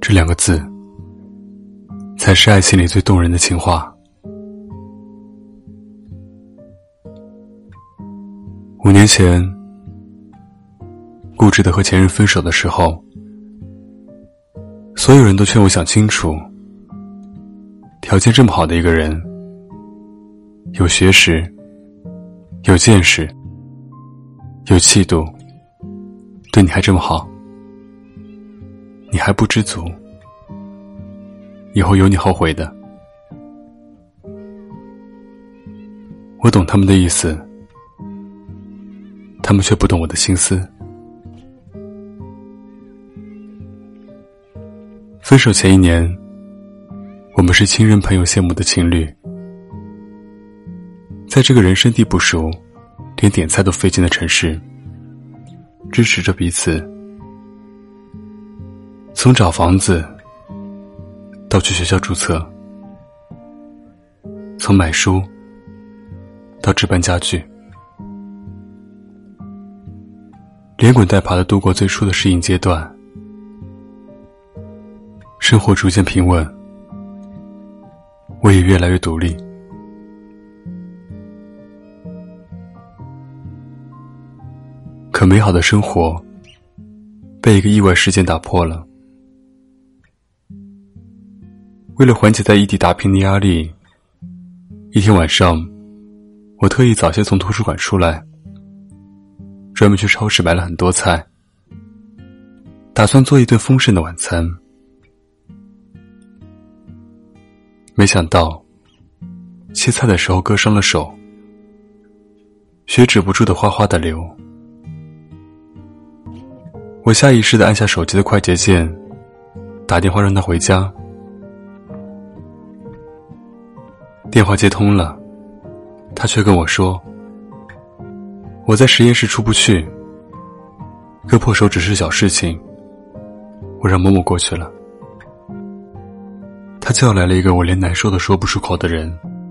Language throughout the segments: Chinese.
这2个字才是爱情里最动人的情话。5年前，固执地和前任分手的时候，所有人都劝我想清楚，条件这么好的一个人，有学识，有见识，有气度，对你还这么好，你还不知足，以后有你后悔的。我懂他们的意思，他们却不懂我的心思。分手前1年，我们是亲人朋友羡慕的情侣，在这个人生地不熟，连点菜都费劲的城市，支持着彼此，从找房子到去学校注册，从买书到置办家具，连滚带爬地度过最初的适应阶段。生活逐渐平稳，我也越来越独立。可美好的生活被一个意外事件打破了。为了缓解在异地打拼的压力，一天晚上，我特意早些从图书馆出来，专门去超市买了很多菜，打算做一顿丰盛的晚餐。没想到切菜的时候割伤了手，血止不住的哗哗地流。我下意识地按下手机的快捷键，打电话让他回家。电话接通了，他却跟我说，我在实验室出不去，割破手只是小事情，我让某某过去了。他叫来了一个我连难受都说不出口的人。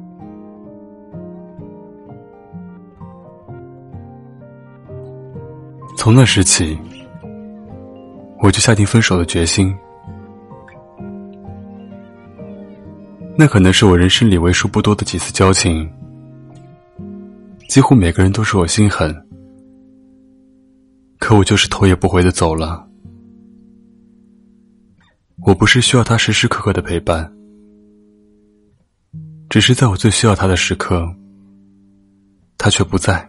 从那时起，我就下定分手的决心。那可能是我人生里为数不多的几次交情，几乎每个人都说我心狠，可我就是头也不回地走了。我不是需要他时时刻刻的陪伴，只是在我最需要他的时刻，他却不在。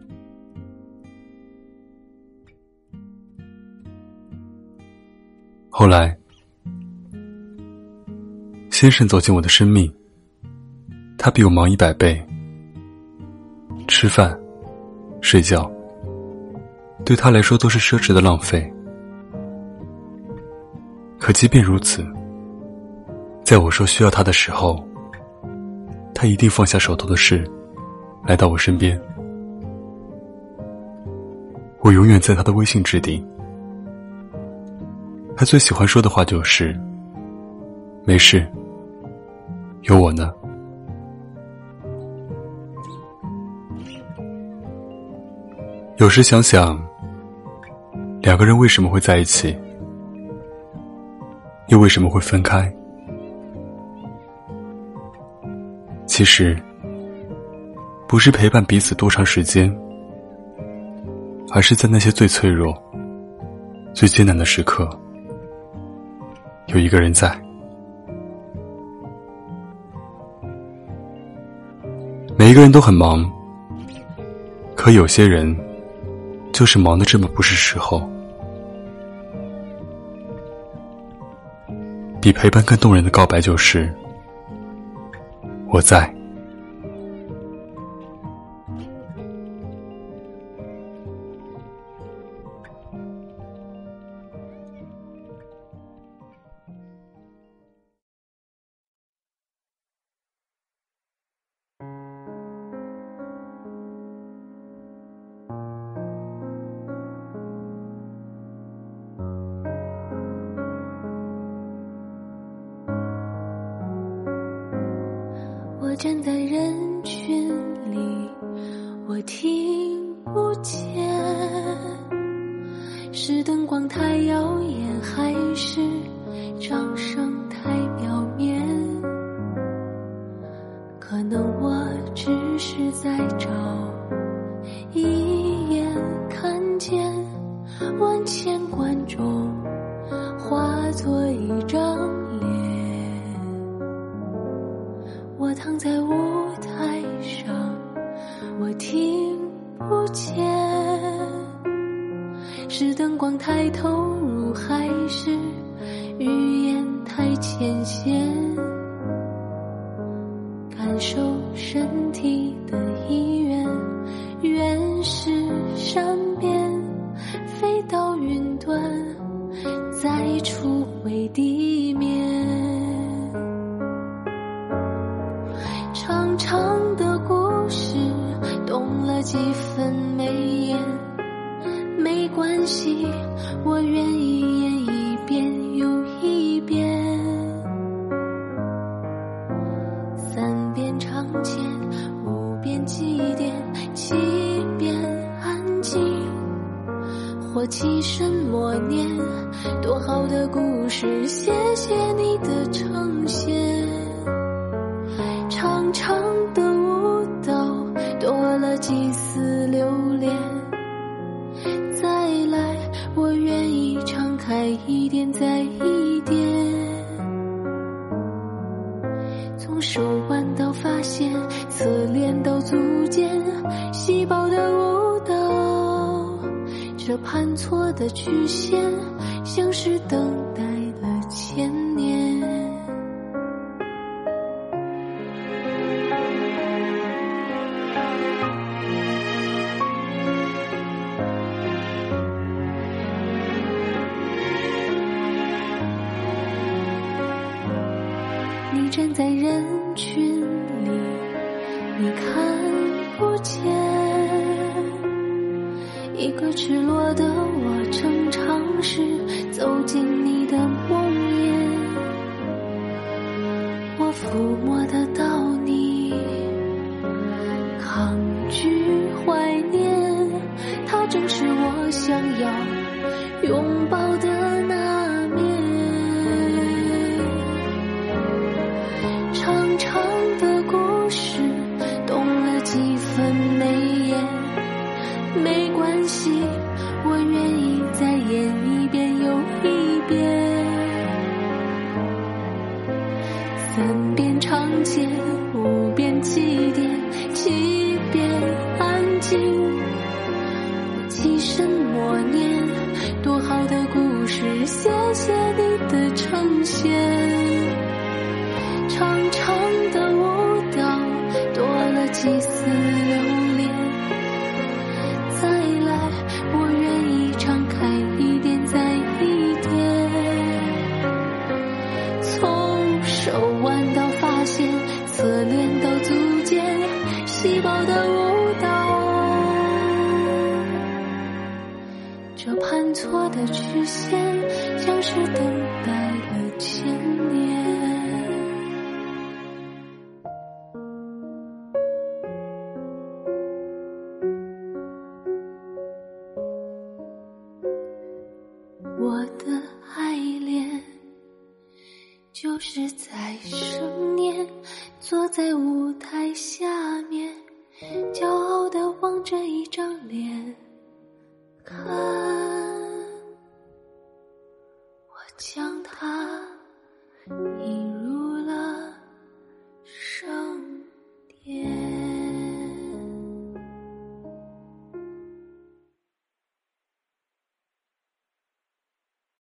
后来，先生走进我的生命，他比我忙100倍，吃饭、睡觉，对他来说都是奢侈的浪费。可即便如此，在我说需要他的时候，他一定放下手头的事，来到我身边。我永远在他的微信置顶。他最喜欢说的话就是没事，有我呢。有时想想，2个人为什么会在一起，又为什么会分开？其实不是陪伴彼此多长时间，而是在那些最脆弱、最艰难的时刻，有一个人在。每一个人都很忙，可有些人就是忙得这么不是时候。比陪伴更动人的告白就是我在。 我站在人群里，我听不见是灯光太耀眼，还是掌声太表面？可能我只是在找一眼看见万千观众化作一张脸，我躺在舞台上，我听不见，是灯光太投入，还是语言太浅显？感受身体的意愿，原是善变，飞到云端，再触回地面。长长的故事，动了几分眉眼，没关系，我愿意演一遍又一遍。3遍长剑，5遍祭奠，7遍安静，或起身默念，多好的故事，谢谢你的呈现。长长的舞蹈，多了几丝留恋，再来，我愿意敞开一点再一点，从手腕到发线，侧脸到足尖，细胞的舞蹈，这盘错的曲线，像是等待了千年。你站在人群里，你看不见，一个赤裸的我，正尝试走进你的梦魇。我抚摸得到你，抗拒怀念，它正是我想要拥抱的那面。长长的故事，动了几分眉眼，没关系，我愿意再演一遍又一遍。3遍长剑，5遍祭奠，7遍安静，我起身默念，多好的故事，谢谢你的呈现。长长的舞蹈，多了几丝留恋，再来，我愿意敞开一点再一点，从手腕到发线，侧脸到足尖，细胞的舞蹈，这盘错的曲线，像是等待了千年。我的爱恋，就是在盛年，坐在舞台下面，骄傲地望着一张脸，看我将它